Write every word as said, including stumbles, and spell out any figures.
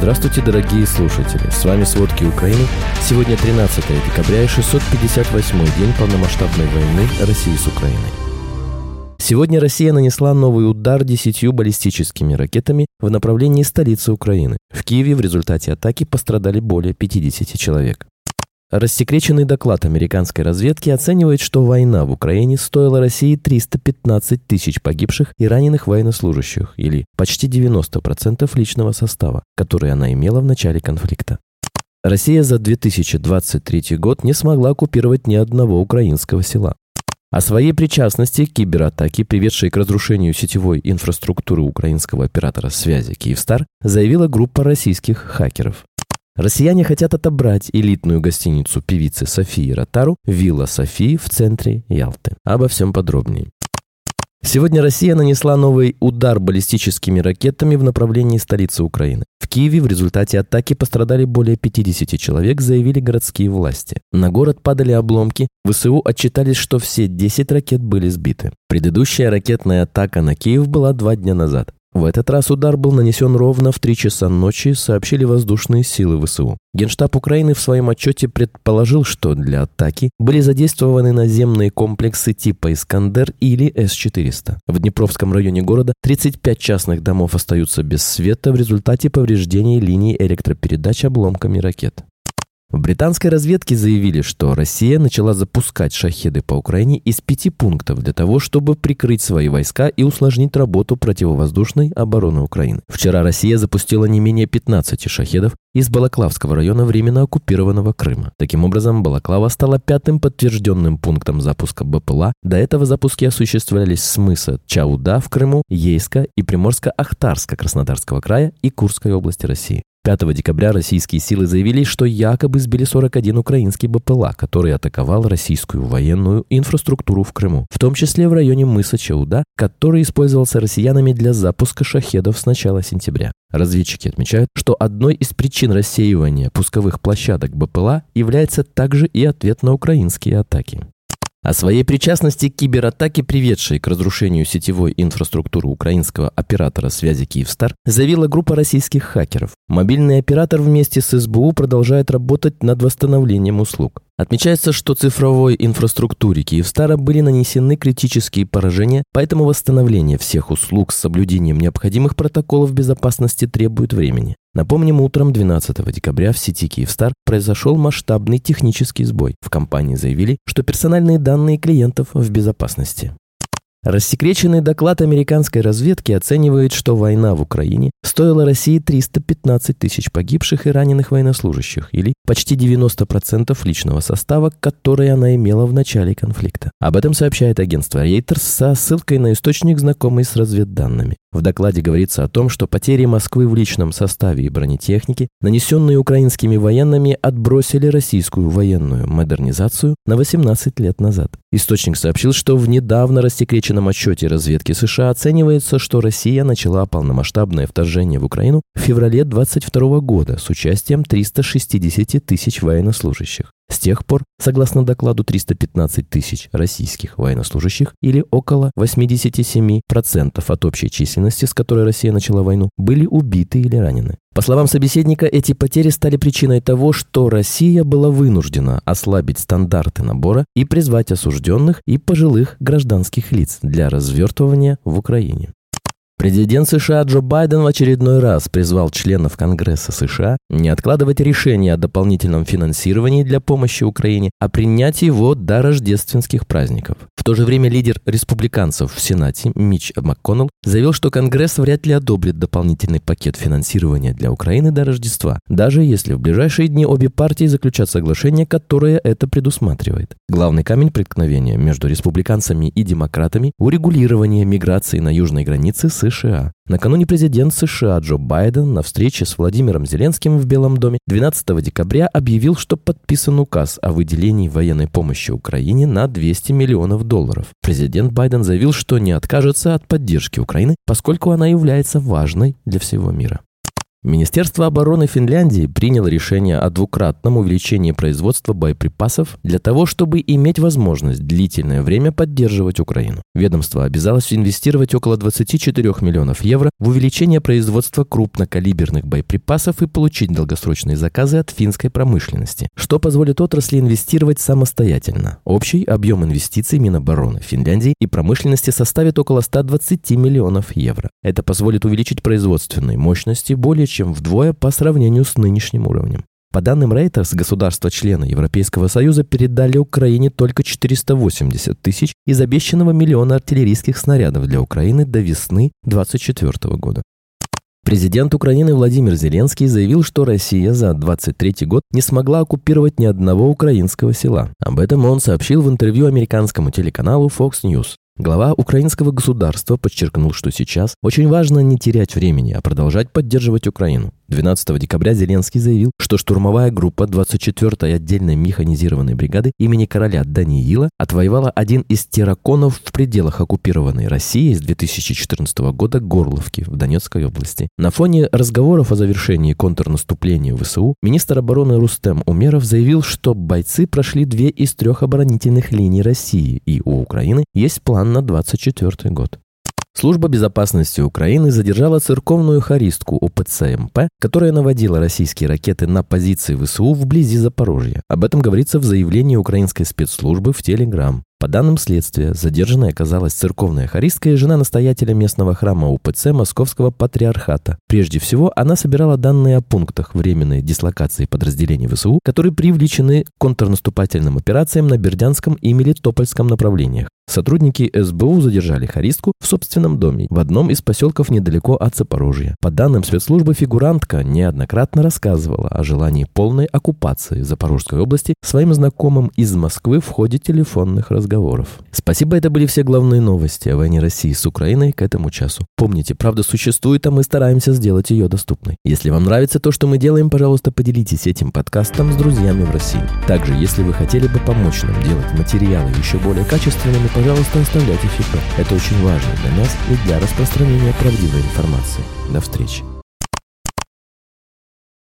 Здравствуйте, дорогие слушатели! С вами «Сводки Украины». Сегодня тринадцатое декабря и шестьсот пятьдесят восьмой день полномасштабной войны России с Украиной. Сегодня Россия нанесла новый удар десятью баллистическими ракетами в направлении столицы Украины. В Киеве в результате атаки пострадали более пятидесяти человек. Рассекреченный доклад американской разведки оценивает, что война в Украине стоила России триста пятнадцать тысяч погибших и раненых военнослужащих, или почти девяносто процентов личного состава, который она имела в начале конфликта. Россия за две тысячи двадцать третий год не смогла оккупировать ни одного украинского села. О своей причастности к кибератаке, приведшей к разрушению сетевой инфраструктуры украинского оператора связи «Киевстар», заявила группа российских хакеров. Россияне хотят отобрать элитную гостиницу певицы Софии Ротару «Вилла Софии» в центре Ялты. Обо всем подробнее. Сегодня Россия нанесла новый удар баллистическими ракетами в направлении столицы Украины. В Киеве в результате атаки пострадали более пятидесяти человек, заявили городские власти. На город падали обломки. ВСУ отчитались, что все десять ракет были сбиты. Предыдущая ракетная атака на Киев была два дня назад. В этот раз удар был нанесен ровно в три часа ночи, сообщили воздушные силы ВСУ. Генштаб Украины в своем отчете предположил, что для атаки были задействованы наземные комплексы типа «Искандер» или эс четыреста. В Днепровском районе города тридцать пять частных домов остаются без света в результате повреждений линий электропередач обломками ракет. В британской разведке заявили, что Россия начала запускать шахеды по Украине из пяти пунктов для того, чтобы прикрыть свои войска и усложнить работу противовоздушной обороны Украины. Вчера Россия запустила не менее пятнадцати шахедов из Балаклавского района временно оккупированного Крыма. Таким образом, Балаклава стала пятым подтвержденным пунктом запуска БПЛА. До этого запуски осуществлялись с мыса Чауда в Крыму, Ейска и Приморско-Ахтарска Краснодарского края и Курской области России. пятого декабря российские силы заявили, что якобы сбили сорок один украинский БПЛА, который атаковал российскую военную инфраструктуру в Крыму, в том числе в районе мыса Чауда, который использовался россиянами для запуска шахедов с начала сентября. Разведчики отмечают, что одной из причин рассеивания пусковых площадок БПЛА является также и ответ на украинские атаки. О своей причастности к кибератаке, приведшей к разрушению сетевой инфраструктуры украинского оператора связи «Киевстар», заявила группа российских хакеров. Мобильный оператор вместе с эс бэ у продолжает работать над восстановлением услуг. Отмечается, что цифровой инфраструктуре «Киевстара» были нанесены критические поражения, поэтому восстановление всех услуг с соблюдением необходимых протоколов безопасности требует времени. Напомним, утром двенадцатого декабря в сети «Киевстар» произошел масштабный технический сбой. В компании заявили, что персональные данные клиентов в безопасности. Рассекреченный доклад американской разведки оценивает, что война в Украине стоила России триста пятнадцать тысяч погибших и раненых военнослужащих, или почти девяносто процентов личного состава, который она имела в начале конфликта. Об этом сообщает агентство Reuters со ссылкой на источник, знакомый с разведданными. В докладе говорится о том, что потери Москвы в личном составе и бронетехнике, нанесенные украинскими военными, отбросили российскую военную модернизацию на восемнадцать лет назад. Источник сообщил, что в недавно рассекреченном отчете разведки США оценивается, что Россия начала полномасштабное вторжение в Украину в феврале двадцать второго года с участием триста шестидесяти тысяч военнослужащих. С тех пор, согласно докладу, триста пятнадцать тысяч российских военнослужащих, или около восемьдесят семь процентов от общей численности, с которой Россия начала войну, были убиты или ранены. По словам собеседника, эти потери стали причиной того, что Россия была вынуждена ослабить стандарты набора и призвать осужденных и пожилых гражданских лиц для развертывания в Украине. Президент США Джо Байден в очередной раз призвал членов Конгресса США не откладывать решение о дополнительном финансировании для помощи Украине, а принять его до рождественских праздников. В то же время лидер республиканцев в Сенате Митч МакКоннелл заявил, что Конгресс вряд ли одобрит дополнительный пакет финансирования для Украины до Рождества, даже если в ближайшие дни обе партии заключат соглашение, которое это предусматривает. Главный камень преткновения между республиканцами и демократами – урегулирование миграции на южной границе с США. Накануне президент США Джо Байден на встрече с Владимиром Зеленским в Белом доме двенадцатого декабря объявил, что подписан указ о выделении военной помощи Украине на двести миллионов долларов. Президент Байден заявил, что не откажется от поддержки Украины, поскольку она является важной для всего мира. Министерство обороны Финляндии приняло решение о двукратном увеличении производства боеприпасов для того, чтобы иметь возможность длительное время поддерживать Украину. Ведомство обязалось инвестировать около двадцати четырёх миллионов евро в увеличение производства крупнокалиберных боеприпасов и получить долгосрочные заказы от финской промышленности, что позволит отрасли инвестировать самостоятельно. Общий объем инвестиций Минобороны Финляндии и промышленности составит около ста двадцати миллионов евро. Это позволит увеличить производственные мощности более чем вдвое по сравнению с нынешним уровнем. По данным Reuters, государства-члены Европейского Союза передали Украине только четыреста восемьдесят тысяч из обещанного миллиона артиллерийских снарядов для Украины до весны две тысячи двадцать четвёртого года. Президент Украины Владимир Зеленский заявил, что Россия за двадцать третий год не смогла оккупировать ни одного украинского села. Об этом он сообщил в интервью американскому телеканалу Fox News. Глава украинского государства подчеркнул, что сейчас очень важно не терять времени, а продолжать поддерживать Украину. двенадцатого декабря Зеленский заявил, что штурмовая группа двадцать четвёртой отдельной механизированной бригады имени короля Даниила отвоевала один из терраконов в пределах оккупированной России с две тысячи четырнадцатого года Горловки в Донецкой области. На фоне разговоров о завершении контрнаступления ВСУ министр обороны Рустем Умеров заявил, что бойцы прошли две из трех оборонительных линий России, и у Украины есть план на двадцать четвёртый год. Служба безопасности Украины задержала церковную хористку УПЦ-МП, которая наводила российские ракеты на позиции ВСУ вблизи Запорожья. Об этом говорится в заявлении украинской спецслужбы в Телеграм. По данным следствия, задержанной оказалась церковная хористка и жена настоятеля местного храма УПЦ Московского патриархата. Прежде всего, она собирала данные о пунктах временной дислокации подразделений ВСУ, которые привлечены к контрнаступательным операциям на Бердянском и Мелитопольском направлениях. Сотрудники СБУ задержали хористку в собственном доме в одном из поселков недалеко от Запорожья. По данным спецслужбы, фигурантка неоднократно рассказывала о желании полной оккупации Запорожской области своим знакомым из Москвы в ходе телефонных разговоров. Спасибо, это были все главные новости о войне России с Украиной к этому часу. Помните, правда существует, а мы стараемся сделать ее доступной. Если вам нравится то, что мы делаем, пожалуйста, поделитесь этим подкастом с друзьями в России. Также, если вы хотели бы помочь нам делать материалы еще более качественными, пожалуйста, оставляйте фидбэк. Это очень важно для нас и для распространения правдивой информации. До встречи.